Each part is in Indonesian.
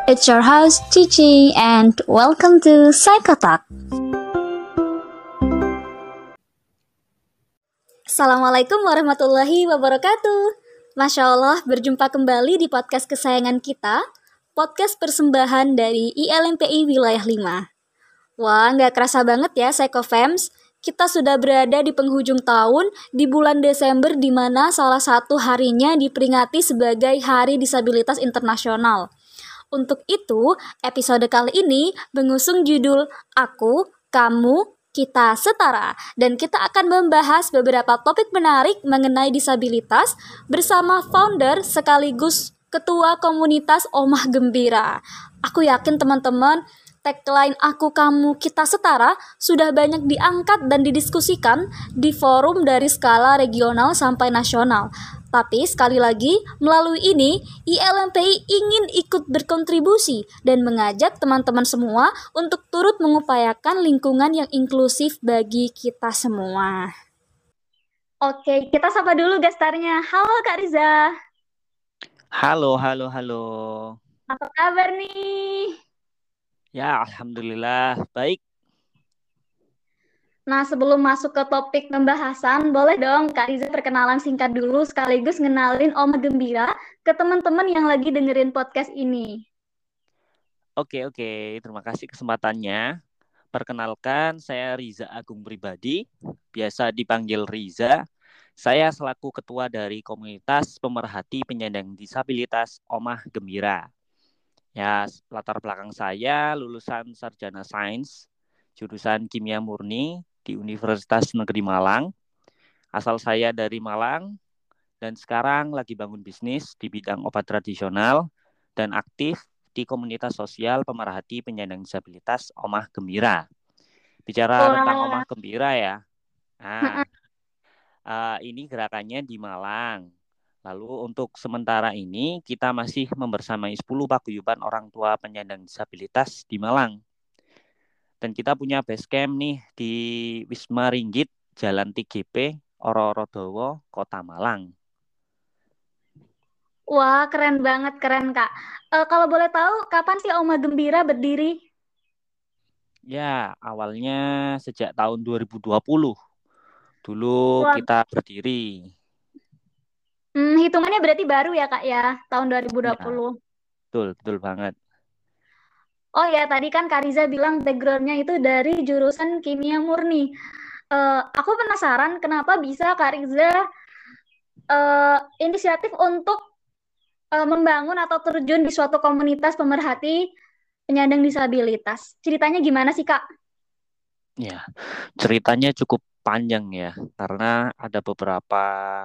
It's your host Cici and welcome to Psychotalk. Assalamualaikum warahmatullahi wabarakatuh. Masya Allah, berjumpa kembali di podcast kesayangan kita, podcast persembahan dari ILMPI Wilayah 5. Wah, nggak kerasa banget ya Psychofams. Kita sudah berada di penghujung tahun di bulan Desember di mana salah satu harinya diperingati sebagai Hari Disabilitas Internasional. Untuk itu, episode kali ini mengusung judul Aku, Kamu, Kita Setara. Dan kita akan membahas beberapa topik menarik mengenai disabilitas bersama founder sekaligus ketua komunitas Omah Gembira. Aku yakin teman-teman, tagline Aku, Kamu, Kita Setara sudah banyak diangkat dan didiskusikan di forum dari skala regional sampai nasional. Tapi sekali lagi, melalui ini, ILMPI ingin ikut berkontribusi dan mengajak teman-teman semua untuk turut mengupayakan lingkungan yang inklusif bagi kita semua. Oke, kita sapa dulu gestarnya. Halo Kak Riza. Halo. Apa kabar nih? Ya, alhamdulillah baik. Nah, sebelum masuk ke topik pembahasan, boleh dong Kak Riza perkenalan singkat dulu sekaligus ngenalin Omah Gembira ke teman-teman yang lagi dengerin podcast ini. Oke, terima kasih kesempatannya. Perkenalkan, saya Riza Agung Pribadi, biasa dipanggil Riza. Saya selaku ketua dari komunitas pemerhati penyandang disabilitas Omah Gembira. Ya, latar belakang saya lulusan sarjana sains, jurusan kimia murni di Universitas Negeri Malang. Asal saya dari Malang dan sekarang lagi bangun bisnis di bidang obat tradisional dan aktif di komunitas sosial pemerhati penyandang disabilitas Omah Gembira. Bicara tentang Omah Gembira ya, ini gerakannya di Malang. Lalu untuk sementara ini kita masih membersamai 10 paguyuban orang tua penyandang disabilitas di Malang. Dan kita punya base camp nih di Wisma Ringgit, Jalan TGP, Ororodowo, Kota Malang. Wah, keren banget, keren Kak. Kalau boleh tahu, kapan sih Omah Gembira berdiri? Ya, awalnya sejak tahun 2020. Dulu Wah, kita berdiri. hitungannya berarti baru ya Kak ya, tahun 2020. Ya, betul banget. Oh ya, tadi kan Kak Riza bilang background-nya itu dari jurusan kimia murni. Aku penasaran kenapa bisa Kak Riza inisiatif untuk membangun atau terjun di suatu komunitas pemerhati penyandang disabilitas. Ceritanya gimana sih Kak? Ya, ceritanya cukup panjang ya, karena ada beberapa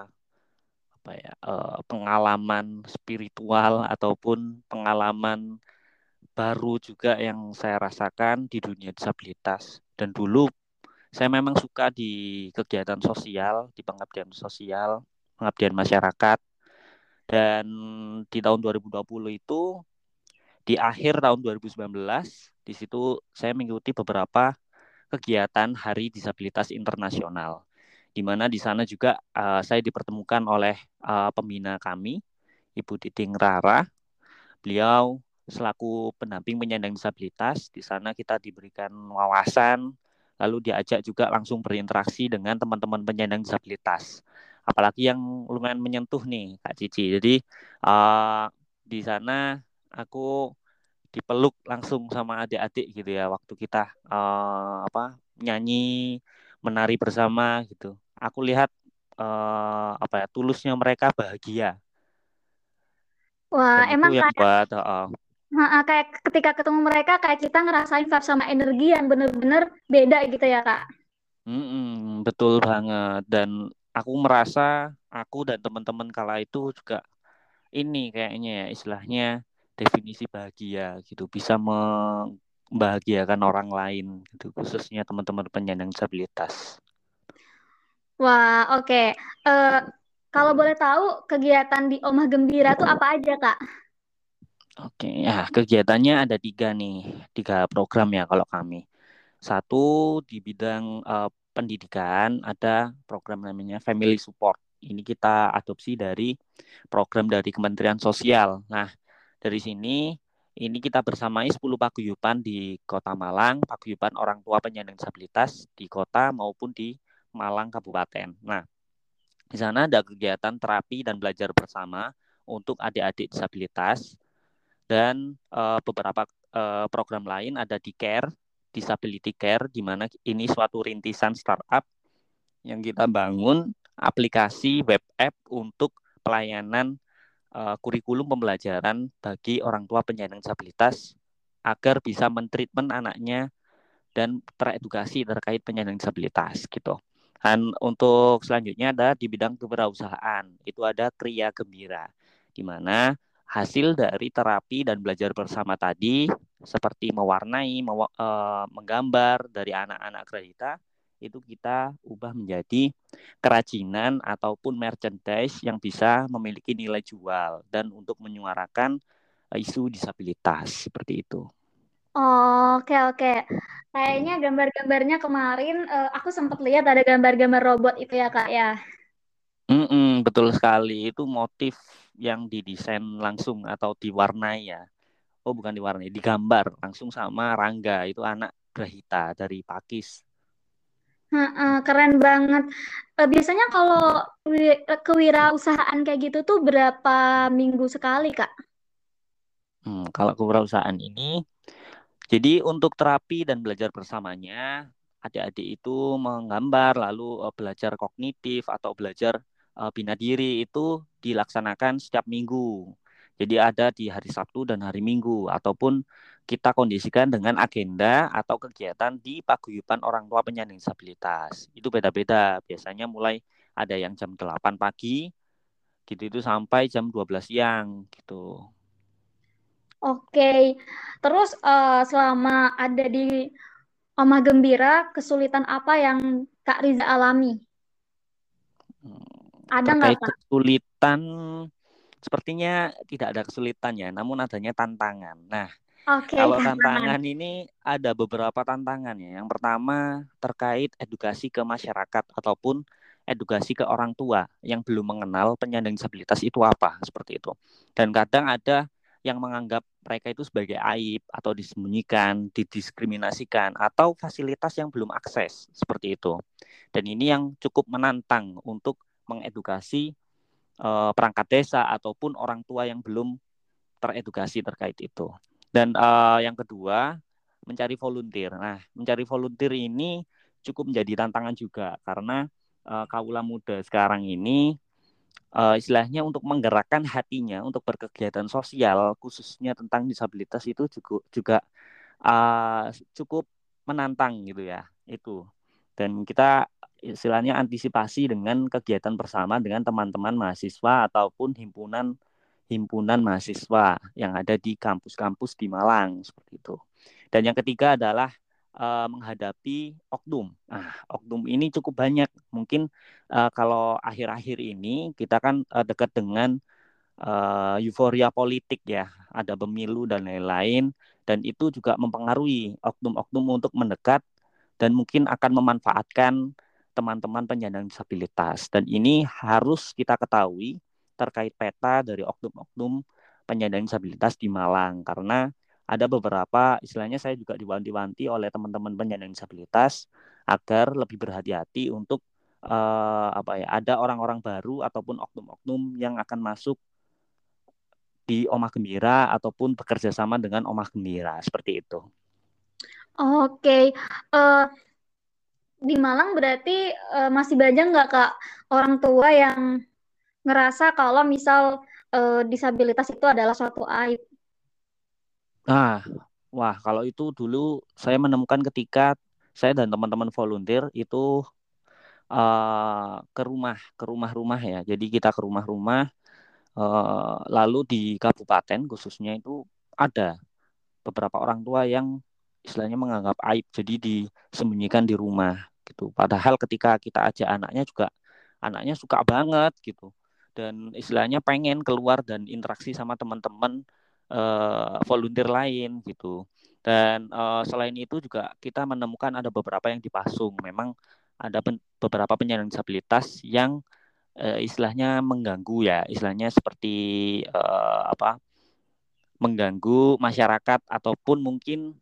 pengalaman spiritual ataupun pengalaman baru juga yang saya rasakan di dunia disabilitas. Dan dulu saya memang suka di kegiatan sosial, di pengabdian sosial, pengabdian masyarakat. Dan di tahun 2020 itu, di akhir tahun 2019, di situ saya mengikuti beberapa kegiatan Hari Disabilitas Internasional, di mana di sana juga saya dipertemukan oleh pembina kami, Ibu Titing Rara. Beliau selaku pendamping penyandang disabilitas, di sana kita diberikan wawasan, lalu diajak juga langsung berinteraksi dengan teman-teman penyandang disabilitas. Apalagi yang lumayan menyentuh nih, Kak Cici. Jadi di sana aku dipeluk langsung sama adik-adik gitu ya, waktu kita nyanyi, menari bersama gitu. Aku lihat tulusnya mereka bahagia. Wah, Dan itu emang yang kayak buat kayak ketika ketemu mereka kayak kita ngerasain vibe sama energi yang bener-bener beda gitu ya Kak. betul banget. Dan aku merasa aku dan teman-teman kala itu juga ini kayaknya ya istilahnya definisi bahagia gitu, bisa membahagiakan orang lain gitu, khususnya teman-teman penyandang disabilitas. Wah, oke. Kalau boleh tahu kegiatan di Omah Gembira tuh apa aja Kak? Oke, ya kegiatannya ada tiga program ya kalau kami. Satu di bidang pendidikan, ada program namanya Family Support. Ini kita adopsi dari program dari Kementerian Sosial. Nah, dari sini Ini kita bersamai 10 paguyuban di Kota Malang, paguyuban orang tua penyandang disabilitas di kota maupun di Malang Kabupaten. Nah, di sana ada kegiatan terapi dan belajar bersama untuk adik-adik disabilitas dan beberapa program lain ada di Care, Disability Care, di mana ini suatu rintisan startup yang kita bangun aplikasi web app untuk pelayanan kurikulum pembelajaran bagi orang tua penyandang disabilitas agar bisa mentreatment anaknya dan teredukasi terkait penyandang disabilitas gitu. Dan untuk selanjutnya ada di bidang kewirausahaan, itu ada Kriya Gembira, di mana hasil dari terapi dan belajar bersama tadi seperti mewarnai, menggambar dari anak-anak grahita itu kita ubah menjadi kerajinan ataupun merchandise yang bisa memiliki nilai jual dan untuk menyuarakan isu disabilitas seperti itu. Oke, oke. Kayaknya gambar-gambarnya kemarin aku sempat lihat ada gambar-gambar robot itu ya, Kak ya. Betul sekali. Itu motif yang didesain langsung atau diwarnai ya. Oh, bukan diwarnai, digambar langsung sama Rangga. Itu anak Grahita dari Pakis. Heeh, keren banget. Biasanya kalau kewirausahaan kayak gitu tuh berapa minggu sekali, Kak? Kalau kewirausahaan ini, jadi untuk terapi dan belajar bersamanya, adik-adik itu menggambar, lalu belajar kognitif atau belajar bina diri itu dilaksanakan setiap minggu. Jadi ada di hari Sabtu dan hari Minggu, ataupun kita kondisikan dengan agenda atau kegiatan di paguyuban orang tua penyandang disabilitas. Itu beda-beda, biasanya mulai ada yang jam 8 pagi, gitu itu sampai jam 12 siang, gitu. Oke. Terus selama ada di Omah Gembira, kesulitan apa yang Kak Riza alami? Ada nggak, Terkait Kak? kesulitan, sepertinya tidak ada kesulitan ya, namun adanya tantangan. Nah, Oke, kalau tantangan. tantangan ini ada beberapa tantangan ya. Yang pertama terkait edukasi ke masyarakat ataupun edukasi ke orang tua yang belum mengenal penyandang disabilitas itu apa, seperti itu. Dan kadang ada yang menganggap mereka itu sebagai aib atau disembunyikan, didiskriminasikan, atau fasilitas yang belum akses, seperti itu. Dan ini yang cukup menantang untuk mengedukasi perangkat desa ataupun orang tua yang belum teredukasi terkait itu. Dan yang kedua, mencari volunteer. Nah, mencari volunteer ini cukup menjadi tantangan juga karena kaula muda sekarang ini istilahnya untuk menggerakkan hatinya untuk berkegiatan sosial khususnya tentang disabilitas itu juga cukup menantang gitu ya itu. Dan kita istilahnya antisipasi dengan kegiatan bersama dengan teman-teman mahasiswa ataupun himpunan himpunan mahasiswa yang ada di kampus-kampus di Malang seperti itu. Dan yang ketiga adalah menghadapi oknum. Nah, oknum ini cukup banyak. Mungkin kalau akhir-akhir ini kita kan dekat dengan euforia politik ya, ada pemilu dan lain-lain, dan itu juga mempengaruhi oknum-oknum untuk mendekat dan mungkin akan memanfaatkan teman-teman penyandang disabilitas. Dan ini harus kita ketahui terkait peta dari oknum-oknum penyandang disabilitas di Malang, karena ada beberapa, istilahnya saya juga diwanti-wanti oleh teman-teman penyandang disabilitas agar lebih berhati-hati untuk ada orang-orang baru ataupun oknum-oknum yang akan masuk di Omah Gembira ataupun bekerja sama dengan Omah Gembira seperti itu. Oke. Eh, di Malang berarti masih banyak nggak, Kak, orang tua yang ngerasa kalau misal disabilitas itu adalah suatu aib? Nah, wah kalau itu dulu saya menemukan ketika saya dan teman-teman volunteer itu ke rumah-rumah ya. Jadi kita ke rumah-rumah, lalu di kabupaten khususnya itu ada beberapa orang tua yang istilahnya menganggap aib, jadi disembunyikan di rumah gitu. Padahal ketika kita ajak anaknya juga, anaknya suka banget gitu. Dan istilahnya pengen keluar dan interaksi sama teman-teman volunteer lain gitu. Dan selain itu juga kita menemukan ada beberapa yang dipasung. Memang ada beberapa penyandang disabilitas yang istilahnya mengganggu ya, istilahnya seperti apa mengganggu masyarakat ataupun mungkin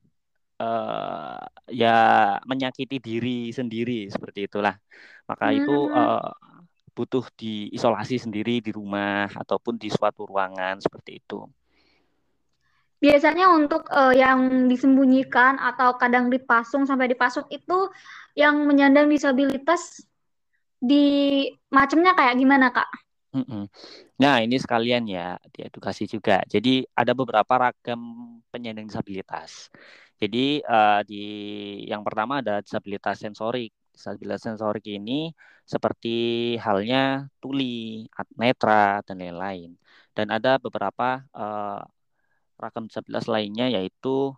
ya menyakiti diri sendiri seperti itulah. Maka itu Hmm, butuh diisolasi sendiri di rumah ataupun di suatu ruangan seperti itu. biasanya untuk yang disembunyikan atau kadang dipasung sampai dipasung itu yang menyandang disabilitas di macamnya kayak gimana, Kak? Mm-mm. Nah, ini sekalian ya diedukasi juga. Jadi ada beberapa ragam penyandang disabilitas. Jadi di yang pertama ada disabilitas sensorik. Disabilitas sensorik ini seperti halnya tuli, netra dan lain-lain. Dan ada beberapa ragam disabilitas lainnya yaitu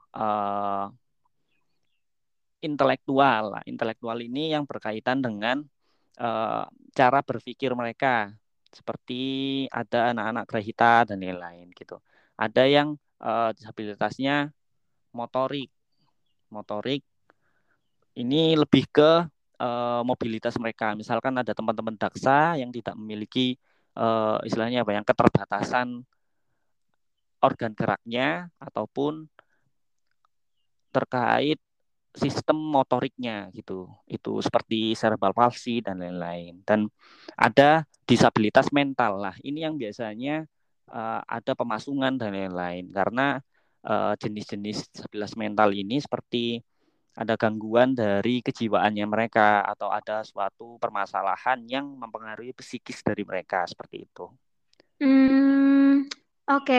intelektual. Intelektual ini yang berkaitan dengan cara berpikir mereka, seperti ada anak-anak grahita dan lain-lain gitu. Ada yang disabilitasnya motorik. Motorik ini lebih ke mobilitas mereka. Misalkan ada teman-teman daksa yang tidak memiliki istilahnya apa yang keterbatasan organ geraknya ataupun terkait sistem motoriknya gitu. Itu seperti cerebral palsy dan lain-lain. Dan ada disabilitas mental lah. Ini yang biasanya ada pemasungan dan lain-lain karena jenis-jenis disabilitas mental ini seperti ada gangguan dari kejiwaannya mereka atau ada suatu permasalahan yang mempengaruhi psikis dari mereka seperti itu. Hmm, oke.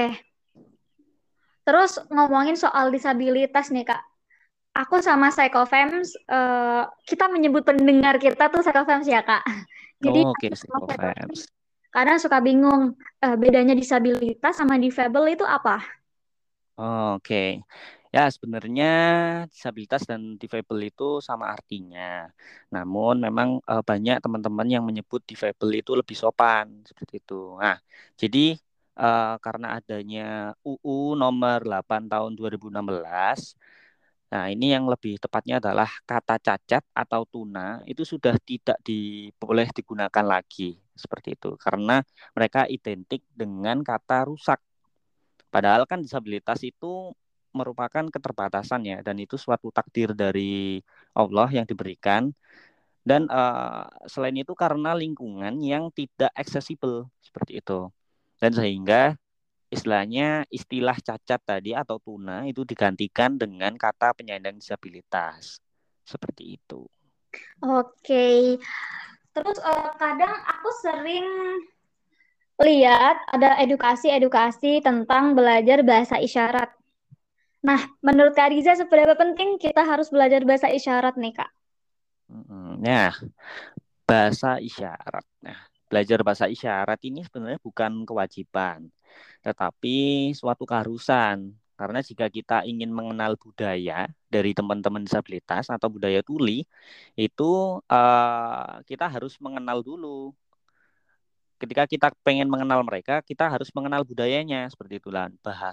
Terus ngomongin soal disabilitas nih, Kak. Aku sama Psychofems, kita menyebut pendengar kita tuh Psychofems ya, Kak. Jadi Oh, aku oke, sama Psychofems psikofarms. kadang suka bingung, bedanya disabilitas sama difabel itu apa? Oke, ya sebenarnya disabilitas dan difabel itu sama artinya. Namun memang banyak teman-teman yang menyebut difabel itu lebih sopan seperti itu. Nah, jadi karena adanya UU nomor 8 tahun 2016, nah ini yang lebih tepatnya adalah kata cacat atau tuna itu sudah tidak boleh digunakan lagi seperti itu karena mereka identik dengan kata rusak. Padahal kan disabilitas itu merupakan keterbatasan ya, dan itu suatu takdir dari Allah yang diberikan. Dan selain itu karena lingkungan yang tidak aksesibel seperti itu. Dan sehingga istilahnya istilah cacat tadi atau tuna itu digantikan dengan kata penyandang disabilitas. Seperti itu. Oke. Terus kadang aku sering lihat ada edukasi-edukasi tentang belajar bahasa isyarat. Nah, menurut Kak Riza seberapa penting kita harus belajar bahasa isyarat nih, Kak? Nah, bahasa isyarat. Nah, belajar bahasa isyarat ini sebenarnya bukan kewajiban, tetapi suatu keharusan. Karena jika kita ingin mengenal budaya dari teman-teman disabilitas atau budaya tuli, itu kita harus mengenal dulu. Ketika kita pengen mengenal mereka, kita harus mengenal budayanya. Seperti itulah.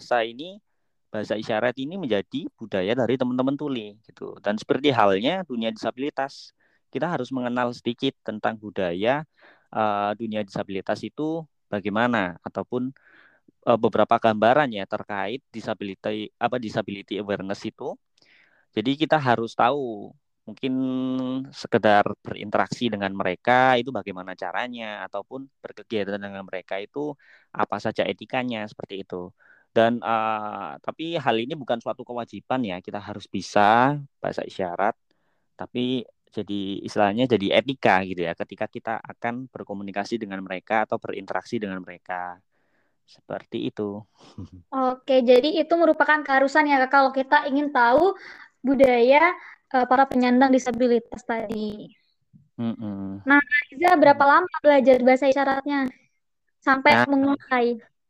Bahasa isyarat ini menjadi budaya dari teman-teman tuli gitu. Dan seperti halnya dunia disabilitas, kita harus mengenal sedikit tentang budaya dunia disabilitas itu bagaimana ataupun beberapa gambaran ya terkait disability awareness itu. Jadi kita harus tahu mungkin sekedar berinteraksi dengan mereka itu bagaimana caranya ataupun berkegiatan dengan mereka itu apa saja etikanya seperti itu. Dan tapi hal ini bukan suatu kewajiban ya, kita harus bisa bahasa isyarat, tapi jadi istilahnya jadi etika gitu ya ketika kita akan berkomunikasi dengan mereka atau berinteraksi dengan mereka. Seperti itu. Oke, jadi itu merupakan keharusan ya, Kak, kalau kita ingin tahu budaya para penyandang disabilitas tadi. Mm-mm. Nah, Kak Riza berapa lama belajar bahasa isyaratnya sampai Nah, menguasai?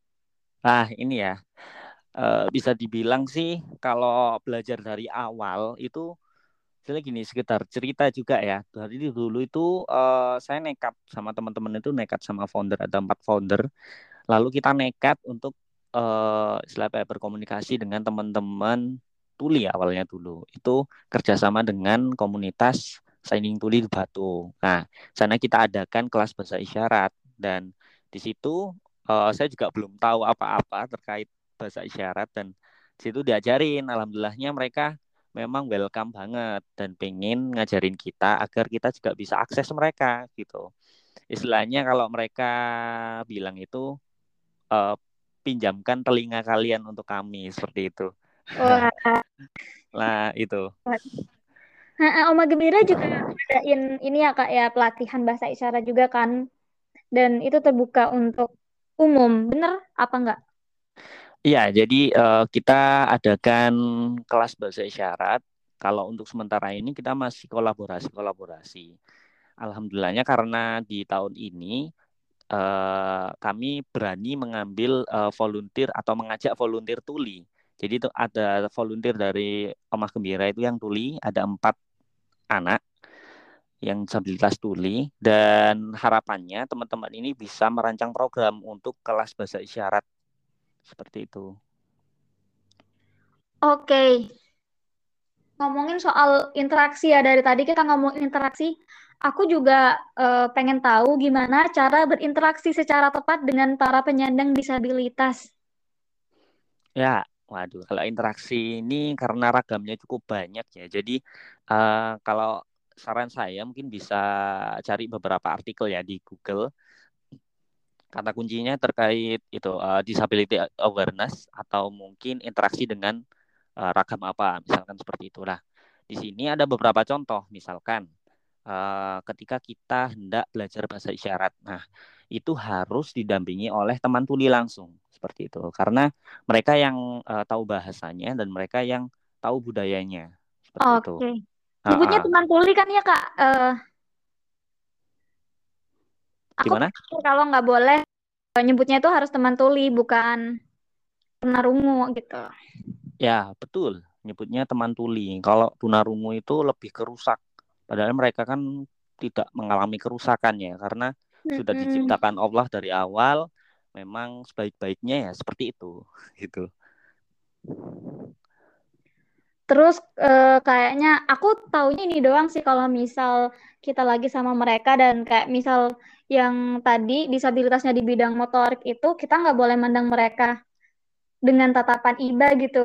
ini ya bisa dibilang sih kalau belajar dari awal itu misalnya gini sekedar cerita juga ya. Dari dulu itu saya nekat sama teman-teman itu nekat sama founder ada 4 founder. Lalu kita nekat untuk istilahnya berkomunikasi dengan teman-teman tuli awalnya dulu. Itu kerjasama dengan komunitas Signing Tuli di Batu. Nah, sana kita adakan kelas bahasa isyarat dan di situ saya juga belum tahu apa-apa terkait bahasa isyarat, dan situ diajarin. Alhamdulillahnya mereka memang welcome banget dan pengen ngajarin kita agar kita juga bisa akses mereka gitu. Istilahnya kalau mereka bilang itu eh, pinjamkan telinga kalian untuk kami, seperti itu. Wah, Nah, itu. Oma Gembira juga ngadain ini ya Kak ya pelatihan bahasa isyarat juga kan, dan itu terbuka untuk umum, bener apa enggak? Iya, jadi kita adakan kelas bahasa isyarat. Kalau untuk sementara ini kita masih kolaborasi. Alhamdulillahnya karena di tahun ini kami berani mengambil volunteer atau mengajak volunteer tuli. Jadi itu ada volunteer dari Omah Gembira itu yang tuli, ada 4 anak yang disabilitas tuli, dan harapannya teman-teman ini bisa merancang program untuk kelas bahasa isyarat seperti itu. Oke, ngomongin soal interaksi ya, dari tadi kita ngomongin interaksi, aku juga pengen tahu gimana cara berinteraksi secara tepat dengan para penyandang disabilitas. Ya, waduh, kalau interaksi ini karena ragamnya cukup banyak ya. Jadi kalau saran saya mungkin bisa cari beberapa artikel ya di Google. Kata kuncinya terkait itu disability awareness atau mungkin interaksi dengan ragam apa, misalkan seperti itulah. Di sini ada beberapa contoh, misalkan ketika kita hendak belajar bahasa isyarat. Nah, itu harus didampingi oleh teman tuli langsung seperti itu. Karena mereka yang tahu bahasanya dan mereka yang tahu budayanya seperti itu. Oke. Ah, Nyebutnya ah. teman tuli kan ya Kak? Aku Gimana? pikir kalau nggak boleh nyebutnya itu harus teman tuli, bukan tunarungu gitu. Ya, betul. Nyebutnya teman tuli. Kalau tunarungu itu lebih kerusak. Padahal mereka kan tidak mengalami kerusakan ya, karena sudah Mm-mm. diciptakan Allah dari awal. Memang sebaik-baiknya ya seperti itu, gitu. Terus kayaknya aku taunya ini doang sih kalau misal kita lagi sama mereka dan kayak misal yang tadi disabilitasnya di bidang motorik itu kita nggak boleh mandang mereka dengan tatapan iba gitu.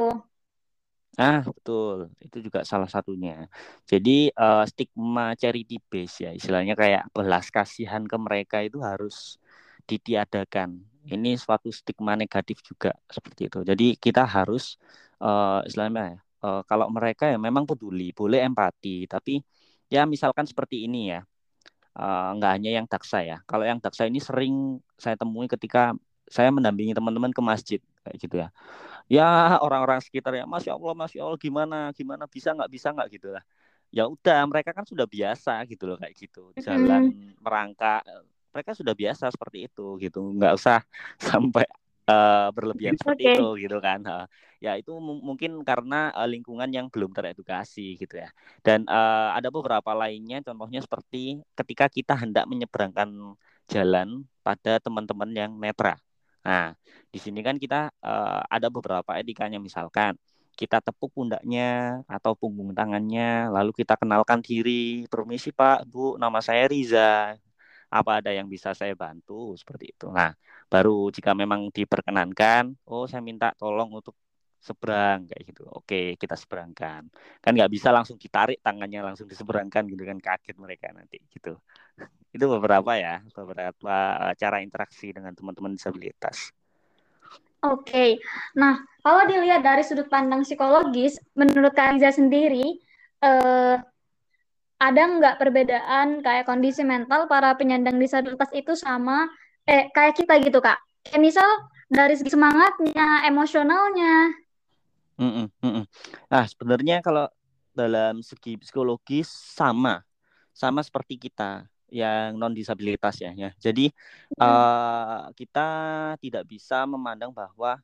Betul. Itu juga salah satunya. Jadi stigma charity base ya, istilahnya kayak belas kasihan ke mereka itu harus ditiadakan. Ini suatu stigma negatif juga seperti itu. Jadi kita harus istilahnya ya, kalau mereka ya memang peduli, boleh empati, tapi ya misalkan seperti ini ya, nggak hanya yang daksa ya. Kalau yang daksa ini sering saya temui ketika saya mendampingi teman-teman ke masjid kayak gitu ya. Ya orang-orang sekitar ya, masya Allah, gimana gimana, bisa nggak gitu lah. Ya udah, mereka kan sudah biasa gitu loh kayak gitu, Mm-mm. jalan merangkak, mereka sudah biasa seperti itu gitu, nggak usah sampai berlebihan seperti itu Oke. gitu kan. Ya itu mungkin karena lingkungan yang belum teredukasi gitu ya. Dan ada beberapa lainnya, contohnya seperti ketika kita hendak menyeberangkan jalan pada teman-teman yang netra. Nah, di sini kan kita ada beberapa etikanya, misalkan kita tepuk pundaknya atau punggung tangannya, lalu kita kenalkan diri, permisi Pak, Bu, nama saya Riza, apa ada yang bisa saya bantu, seperti itu. Nah, baru jika memang diperkenankan, oh saya minta tolong untuk seberang kayak gitu. Oke, kita seberangkan. Kan nggak bisa langsung ditarik tangannya langsung diseberangkan gitu kan, kaget mereka nanti gitu. Itu beberapa cara interaksi dengan teman-teman disabilitas. Oke. Nah, kalau dilihat dari sudut pandang psikologis, menurut Kak Riza sendiri, eh, ada nggak perbedaan kayak kondisi mental para penyandang disabilitas itu sama kayak kita gitu Kak? Kayak misal dari segi semangatnya, emosionalnya. Mm-mm, mm-mm. Nah, sebenarnya kalau dalam segi psikologis sama seperti kita yang non disabilitas ya. Jadi Hmm. kita tidak bisa memandang bahwa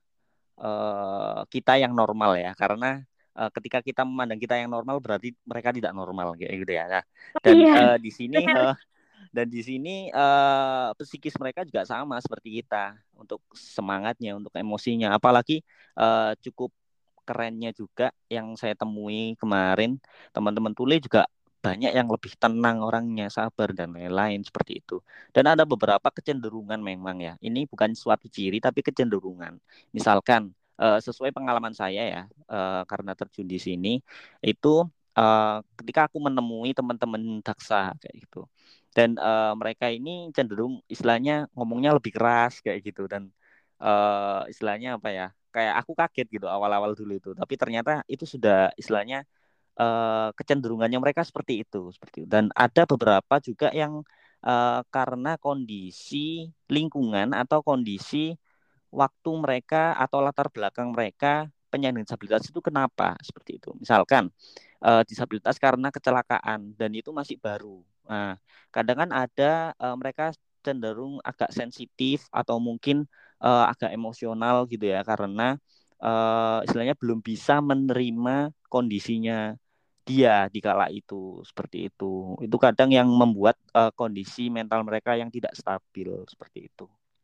kita yang normal ya, karena ketika kita memandang kita yang normal berarti mereka tidak normal kayak gitu ya. Nah, dan Iya, di sini psikis mereka juga sama seperti kita, untuk semangatnya, untuk emosinya. Apalagi cukup kerennya juga yang saya temui kemarin, teman-teman tuli juga banyak yang lebih tenang orangnya, sabar dan lain-lain seperti itu. Dan ada beberapa kecenderungan memang ya. Ini bukan suatu ciri tapi kecenderungan. Misalkan sesuai pengalaman saya ya, karena terjun di sini itu ketika aku menemui teman-teman daksa kayak gitu, dan mereka ini cenderung istilahnya ngomongnya lebih keras kayak gitu, dan istilahnya apa ya, kayak aku kaget gitu awal-awal dulu itu, tapi ternyata itu sudah istilahnya kecenderungannya mereka seperti itu. Dan ada beberapa juga yang karena kondisi lingkungan atau kondisi waktu mereka atau latar belakang mereka penyandang disabilitas itu kenapa seperti itu. Misalkan disabilitas karena kecelakaan dan itu masih baru. Nah, kadang kan ada mereka cenderung agak sensitif atau mungkin agak emosional gitu ya, karena istilahnya belum bisa menerima kondisinya dia di kala itu seperti itu. Itu kadang yang membuat kondisi mental mereka yang tidak stabil seperti itu.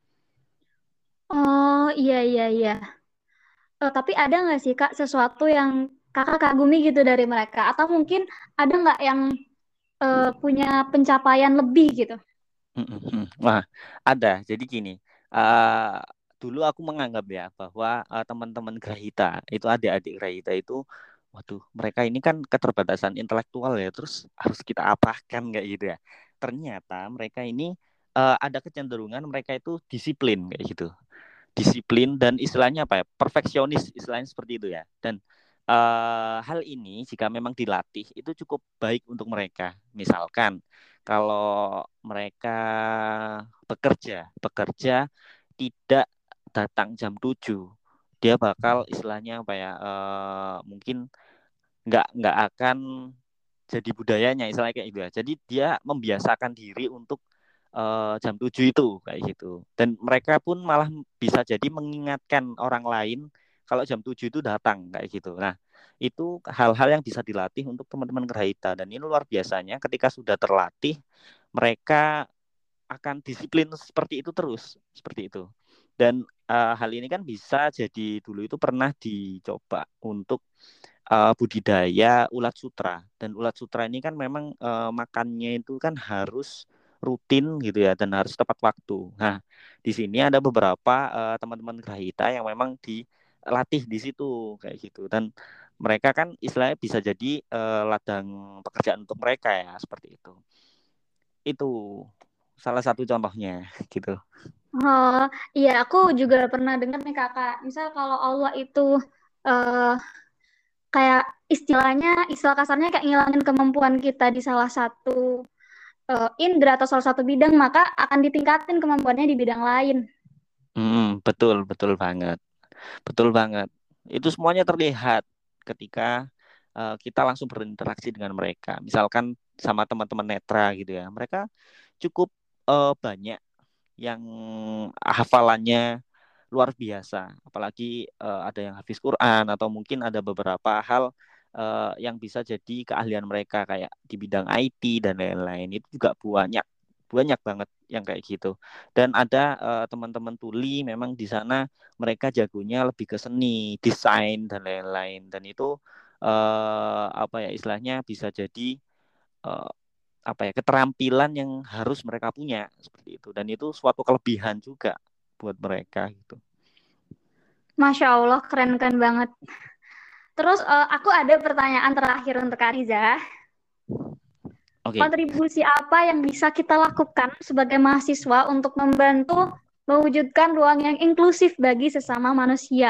Oh iya iya iya. Tapi ada nggak sih Kak sesuatu yang Kakak kagumi gitu dari mereka? Atau mungkin ada nggak yang punya pencapaian lebih gitu? Wah, ada. Jadi gini, uh, dulu aku menganggap ya bahwa teman-teman Grahita itu, adik-adik Grahita itu, waduh, mereka ini kan keterbatasan intelektual ya, terus harus kita apakan kayak gitu ya. Ternyata mereka ini ada kecenderungan mereka itu disiplin kayak gitu, disiplin dan istilahnya apa ya, perfeksionis istilahnya seperti itu ya. Dan hal ini jika memang dilatih itu cukup baik untuk mereka. Misalkan kalau mereka bekerja tidak datang jam 7, dia bakal istilahnya apa ya, mungkin nggak akan jadi budayanya istilahnya kayak gitu ya. Jadi dia membiasakan diri untuk jam 7 itu kayak gitu. Dan mereka pun malah bisa jadi mengingatkan orang lain kalau jam 7 itu datang kayak gitu. Nah, itu hal-hal yang bisa dilatih untuk teman-teman Gerahita, dan ini luar biasanya ketika sudah terlatih mereka akan disiplin seperti itu terus, seperti itu. Dan hal ini kan bisa jadi dulu itu pernah dicoba untuk budidaya ulat sutra, dan ulat sutra ini kan memang makannya itu kan harus rutin gitu ya, dan harus tepat waktu. Nah, di sini ada beberapa teman-teman Grahita yang memang dilatih di situ kayak gitu, dan mereka kan istilahnya bisa jadi ladang pekerjaan untuk mereka ya seperti itu. Itu salah satu contohnya gitu. Oh iya, aku juga pernah dengar nih Kakak. Misal kalau Allah itu eh, kayak istilahnya, istilah kasarnya kayak ngilangin kemampuan kita di salah satu indera atau salah satu bidang, maka akan ditingkatin kemampuannya di bidang lain. Betul, betul banget. Betul banget. Itu semuanya terlihat ketika kita langsung berinteraksi dengan mereka. Misalkan sama teman-teman netra gitu ya. Mereka cukup banyak yang hafalannya luar biasa. Apalagi ada yang hafiz Quran, atau mungkin ada beberapa hal yang bisa jadi keahlian mereka kayak di bidang IT dan lain-lain. Itu juga banyak banyak banget yang kayak gitu. Dan ada teman-teman tuli memang di sana mereka jagonya lebih ke seni, desain dan lain-lain. Dan itu apa ya istilahnya bisa jadi eh, apa ya keterampilan yang harus mereka punya seperti itu. Dan itu suatu kelebihan juga buat mereka gitu. Masya Allah, keren-keren banget. Terus aku ada pertanyaan terakhir untuk Kariza. Oke. Kontribusi apa yang bisa kita lakukan sebagai mahasiswa untuk membantu mewujudkan ruang yang inklusif bagi sesama manusia?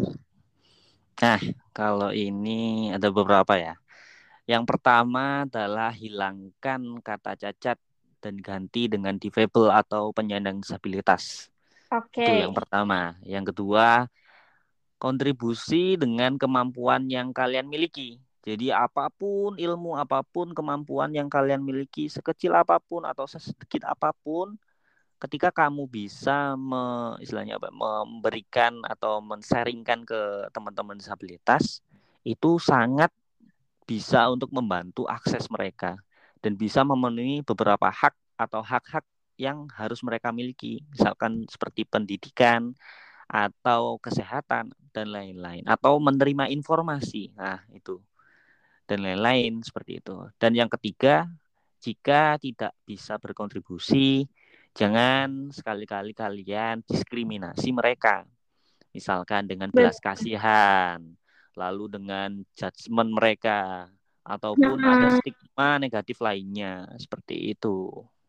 Nah, kalau ini ada beberapa ya. Yang pertama adalah hilangkan kata cacat dan ganti dengan difabel atau penyandang disabilitas. Itu Oke. yang pertama. Yang kedua, kontribusi dengan kemampuan yang kalian miliki. Jadi apapun ilmu, apapun kemampuan yang kalian miliki, sekecil apapun atau sesedikit apapun, ketika kamu bisa istilahnya apa, memberikan atau men-sharingkan ke teman-teman disabilitas, itu sangat bisa untuk membantu akses mereka dan bisa memenuhi beberapa hak atau hak-hak yang harus mereka miliki, misalkan seperti pendidikan atau kesehatan dan lain-lain, atau menerima informasi. Nah, itu dan lain-lain seperti itu. Dan yang ketiga, jika tidak bisa berkontribusi, jangan sekali-kali kalian diskriminasi mereka. Misalkan dengan belas kasihan, lalu dengan judgement mereka, ataupun ada stigma negatif lainnya, seperti itu.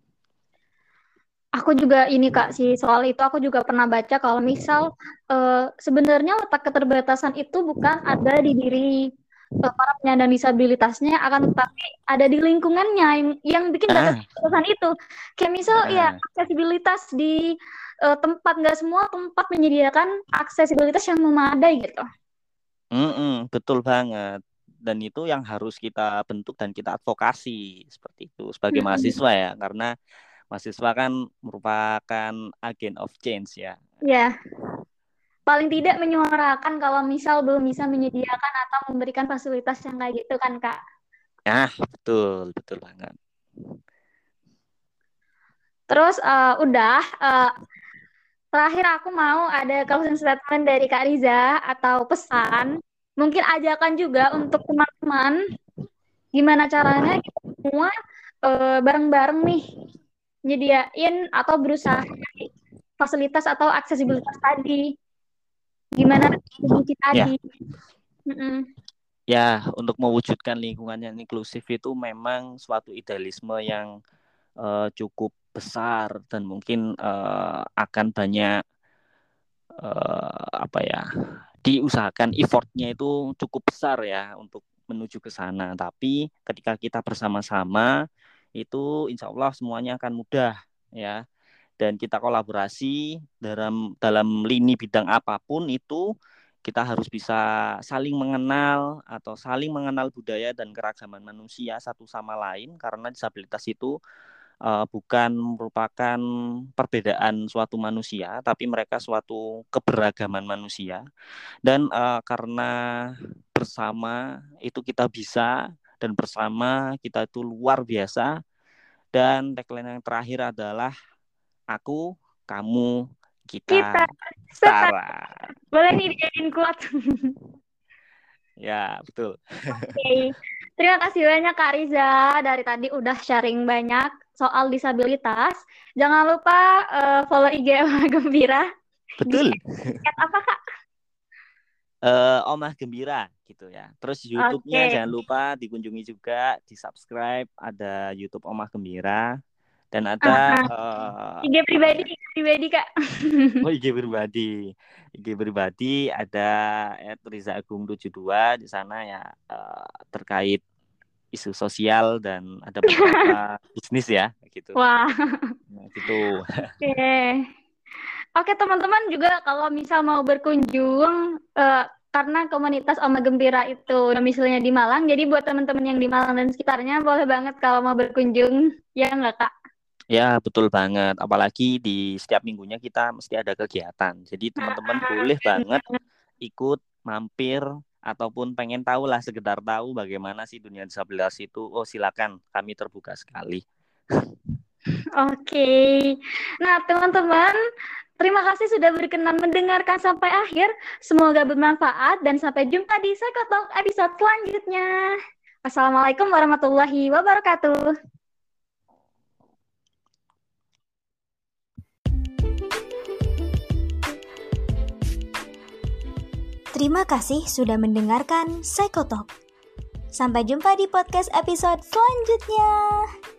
Aku juga ini Kak sih, soal itu aku juga pernah baca kalau misal sebenarnya letak keterbatasan itu bukan ada di diri para penyandang disabilitasnya, akan tetapi ada di lingkungannya yang bikin keterbatasan itu. Kayak misal ya aksesibilitas di tempat, nggak semua tempat menyediakan aksesibilitas yang memadai gitu. Betul banget. Dan itu yang harus kita bentuk dan kita advokasi seperti itu sebagai mahasiswa ya, karena mahasiswa kan merupakan agen of change ya. Ya, paling tidak menyuarakan kalau misal belum bisa menyediakan atau memberikan fasilitas yang kayak gitu kan Kak. Betul banget. Terus terakhir aku mau ada closing statement dari Kak Riza atau pesan, mungkin ajakan juga untuk teman-teman, gimana caranya kita semua bareng-bareng nih nyediain atau berusaha fasilitas atau aksesibilitas tadi, gimana distribusi tadi. Ya, untuk mewujudkan lingkungan yang inklusif itu memang suatu idealisme yang cukup besar dan mungkin akan banyak diusahakan, effortnya itu cukup besar ya untuk menuju ke sana. Tapi ketika kita bersama-sama itu insya Allah semuanya akan mudah ya. Dan kita kolaborasi dalam lini bidang apapun itu, kita harus bisa saling mengenal atau saling mengenal budaya dan keragaman manusia satu sama lain, karena disabilitas itu bukan merupakan perbedaan suatu manusia, tapi mereka suatu keberagaman manusia. Dan karena bersama itu kita bisa, dan bersama kita itu luar biasa. Dan tagline yang terakhir adalah aku, kamu, kita setara. Boleh nih dijadiin kuat. Ya, betul. Oke. Terima kasih banyak Kak Riza, dari tadi udah sharing banyak soal disabilitas. Jangan lupa follow IG Omah Gembira. Betul. Apa Kak? Omah Gembira gitu ya. Terus YouTube-nya jangan lupa dikunjungi juga, di-subscribe, ada YouTube Omah Gembira. Dan ada IG pribadi Kak. IG pribadi ada @rizaagung72 di sana ya, terkait isu sosial dan ada beberapa bisnis ya gitu. Wah. Nah, gitu. Oke teman-teman juga kalau misal mau berkunjung, karena komunitas Omah Gembira itu domisilinya di Malang, jadi buat teman-teman yang di Malang dan sekitarnya boleh banget kalau mau berkunjung, ya nggak Kak? Ya, betul banget. Apalagi di setiap minggunya kita mesti ada kegiatan. Jadi teman-teman boleh banget ikut, mampir, ataupun pengen tahu lah, sekedar tahu bagaimana sih dunia disabilitas itu. Oh, silakan, kami terbuka sekali. Oke. Nah, teman-teman, terima kasih sudah berkenan mendengarkan sampai akhir. Semoga bermanfaat dan sampai jumpa di Psychotalk episode selanjutnya. Wassalamualaikum warahmatullahi wabarakatuh. Terima kasih sudah mendengarkan Psychotalk. Sampai jumpa di podcast episode selanjutnya.